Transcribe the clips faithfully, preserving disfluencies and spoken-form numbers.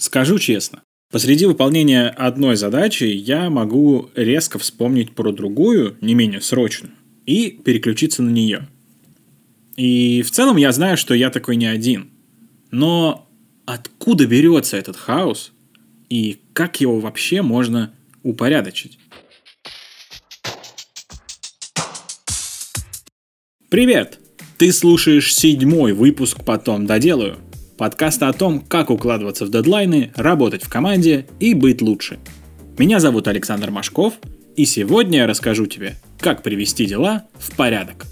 Скажу честно, посреди выполнения одной задачи я могу резко вспомнить про другую, не менее срочную, и переключиться на нее. И в целом я знаю, что я такой не один. Но откуда берется этот хаос и как его вообще можно упорядочить? Привет! Ты слушаешь седьмой выпуск «Потом доделаю». Подкаста о том, как укладываться в дедлайны, работать в команде и быть лучше. Меня зовут Александр Машков, и сегодня я расскажу тебе, как привести дела в порядок.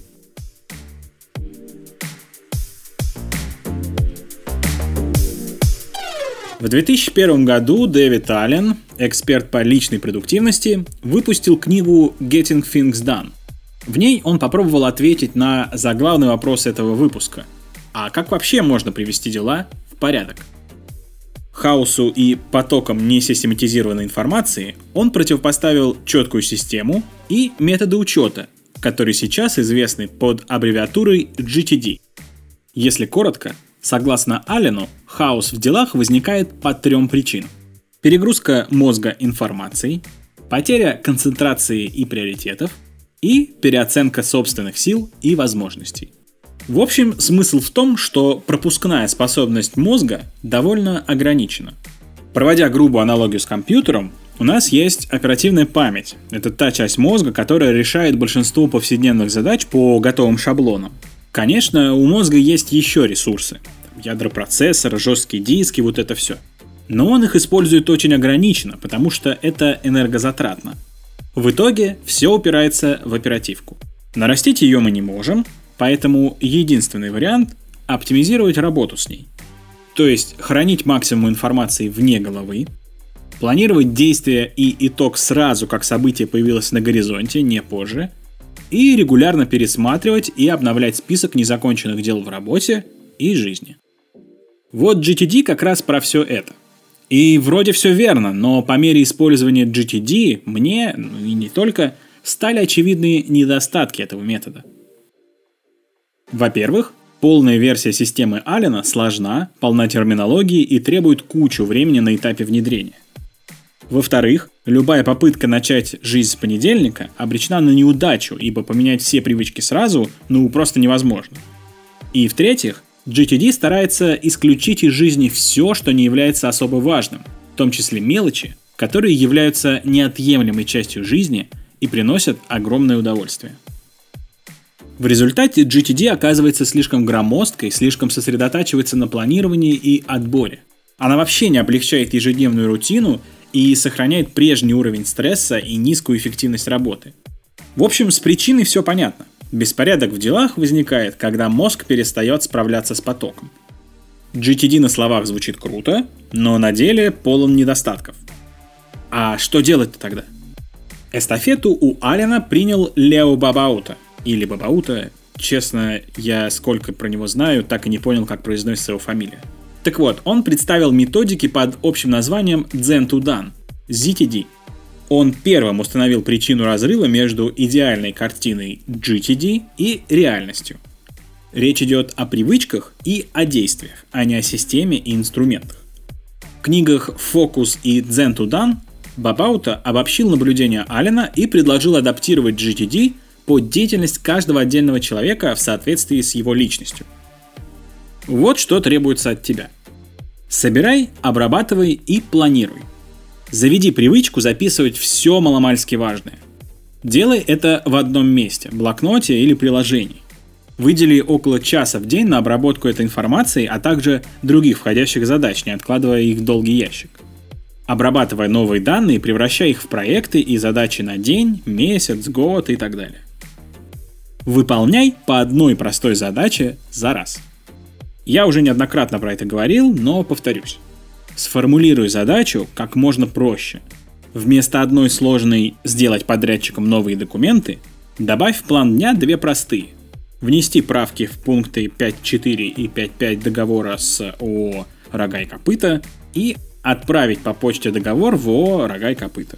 В две тысячи первом году Дэвид Аллен, эксперт по личной продуктивности, выпустил книгу «Getting Things Done». В ней он попробовал ответить на заглавный вопрос этого выпуска. А как вообще можно привести дела в порядок? Хаосу и потокам несистематизированной информации он противопоставил четкую систему и методы учета, которые сейчас известны под аббревиатурой джи ти ди. Если коротко, согласно Аллену, хаос в делах возникает по трем причинам. Перегрузка мозга информацией, потеря концентрации и приоритетов и переоценка собственных сил и возможностей. В общем, смысл в том, что пропускная способность мозга довольно ограничена. Проводя грубую аналогию с компьютером, у нас есть оперативная память. Это та часть мозга, которая решает большинство повседневных задач по готовым шаблонам. Конечно, у мозга есть еще ресурсы. Ядра процессора, жесткие диски, вот это все. Но он их использует очень ограниченно, потому что это энергозатратно. В итоге все упирается в оперативку. Нарастить ее мы не можем, поэтому единственный вариант – оптимизировать работу с ней. То есть хранить максимум информации вне головы, планировать действия и итог сразу, как событие появилось на горизонте, не позже, и регулярно пересматривать и обновлять список незаконченных дел в работе и жизни. Вот джи ти ди как раз про все это. И вроде все верно, но по мере использования джи ти ди мне, ну и не только, стали очевидны недостатки этого метода. Во-первых, полная версия системы Аллена сложна, полна терминологии и требует кучу времени на этапе внедрения. Во-вторых, любая попытка начать жизнь с понедельника обречена на неудачу, ибо поменять все привычки сразу, ну, просто невозможно. И в-третьих, джи ти ди старается исключить из жизни все, что не является особо важным, в том числе мелочи, которые являются неотъемлемой частью жизни и приносят огромное удовольствие. В результате джи ти ди оказывается слишком громоздкой, слишком сосредотачивается на планировании и отборе. Она вообще не облегчает ежедневную рутину и сохраняет прежний уровень стресса и низкую эффективность работы. В общем, с причиной все понятно. Беспорядок в делах возникает, когда мозг перестает справляться с потоком. джи ти ди на словах звучит круто, но на деле полон недостатков. А что делать-то тогда? Эстафету у Аллена принял Лео Бабаута, или Бабаута. Честно, я сколько про него знаю, так и не понял, как произносится его фамилия. Так вот, он представил методики под общим названием Дзен ту Дан, зет ти ди. Он первым установил причину разрыва между идеальной картиной джи ти ди и реальностью. Речь идет о привычках и о действиях, а не о системе и инструментах. В книгах «Фокус» и «Дзен ту Дан» Бабаута обобщил наблюдения Аллена и предложил адаптировать джи ти ди под деятельность каждого отдельного человека в соответствии с его личностью. Вот что требуется от тебя. Собирай, обрабатывай и планируй. Заведи привычку записывать все маломальски важное. Делай это в одном месте, блокноте или приложении. Выдели около часа в день на обработку этой информации, а также других входящих задач, не откладывая их в долгий ящик. Обрабатывай новые данные, превращай их в проекты и задачи на день, месяц, год и так далее. Выполняй по одной простой задаче за раз. Я уже неоднократно про это говорил, но повторюсь. Сформулируй задачу как можно проще. Вместо одной сложной «сделать подрядчикам новые документы» добавь в план дня две простые. Внести правки в пункты пять точка четыре и пять точка пять договора с ООО «Рога и копыта» и отправить по почте договор в ООО «Рога и копыта».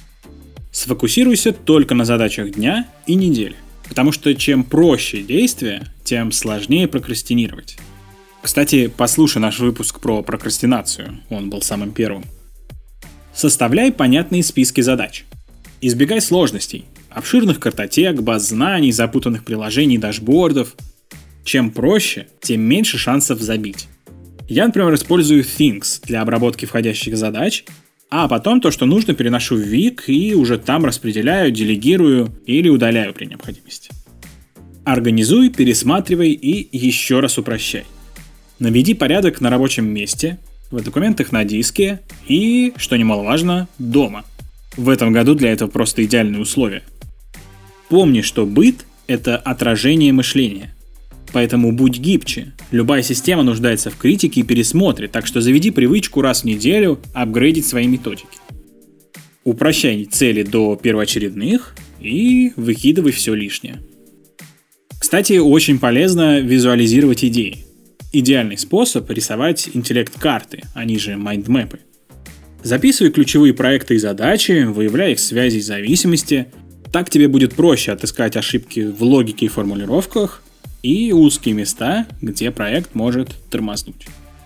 Сфокусируйся только на задачах дня и недели, потому что чем проще действие, тем сложнее прокрастинировать. Кстати, послушай наш выпуск про прокрастинацию, он был самым первым. Составляй понятные списки задач. Избегай сложностей, обширных картотек, баз знаний, запутанных приложений, дашбордов. Чем проще, тем меньше шансов забить. Я, например, использую Things для обработки входящих задач, а потом то, что нужно, переношу в Вик и уже там распределяю, делегирую или удаляю при необходимости. Организуй, пересматривай и еще раз упрощай. Наведи порядок на рабочем месте, в документах на диске и, что немаловажно, дома. В этом году для этого просто идеальные условия. Помни, что быт – это отражение мышления. Поэтому будь гибче. Любая система нуждается в критике и пересмотре, так что заведи привычку раз в неделю апгрейдить свои методики. Упрощай цели до первоочередных и выкидывай все лишнее. Кстати, очень полезно визуализировать идеи. Идеальный способ — рисовать интеллект-карты, они же майндмэпы. Записывай ключевые проекты и задачи, выявляй их связи и зависимости. Так тебе будет проще отыскать ошибки в логике и формулировках и узкие места, где проект может тормознуть.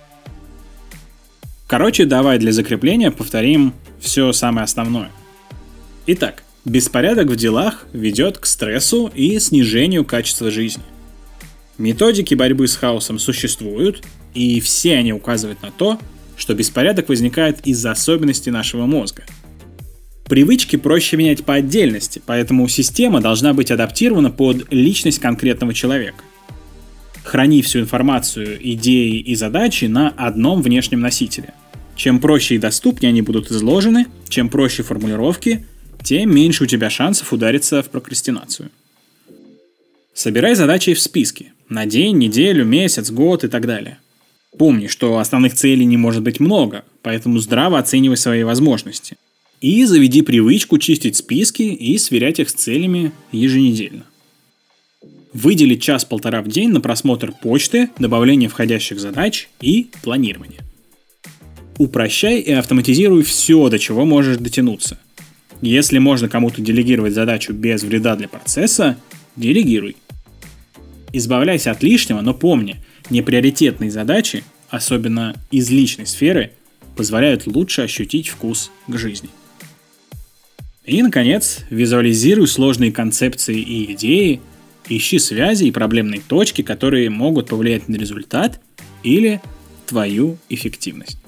Короче, давай для закрепления повторим все самое основное. Итак, беспорядок в делах ведет к стрессу и снижению качества жизни. Методики борьбы с хаосом существуют, и все они указывают на то, что беспорядок возникает из-за особенностей нашего мозга. Привычки проще менять по отдельности, поэтому система должна быть адаптирована под личность конкретного человека. Храни всю информацию, идеи и задачи на одном внешнем носителе. Чем проще и доступнее они будут изложены, чем проще формулировки, тем меньше у тебя шансов удариться в прокрастинацию. Собирай задачи в списке на день, неделю, месяц, год и так далее. Помни, что основных целей не может быть много, поэтому здраво оценивай свои возможности. И заведи привычку чистить списки и сверять их с целями еженедельно. Выдели час-полтора в день на просмотр почты, добавление входящих задач и планирование. Упрощай и автоматизируй все, до чего можешь дотянуться. Если можно кому-то делегировать задачу без вреда для процесса, делегируй. Избавляйся от лишнего, но помни, неприоритетные задачи, особенно из личной сферы, позволяют лучше ощутить вкус к жизни. И, наконец, визуализируй сложные концепции и идеи, ищи связи и проблемные точки, которые могут повлиять на результат или твою эффективность.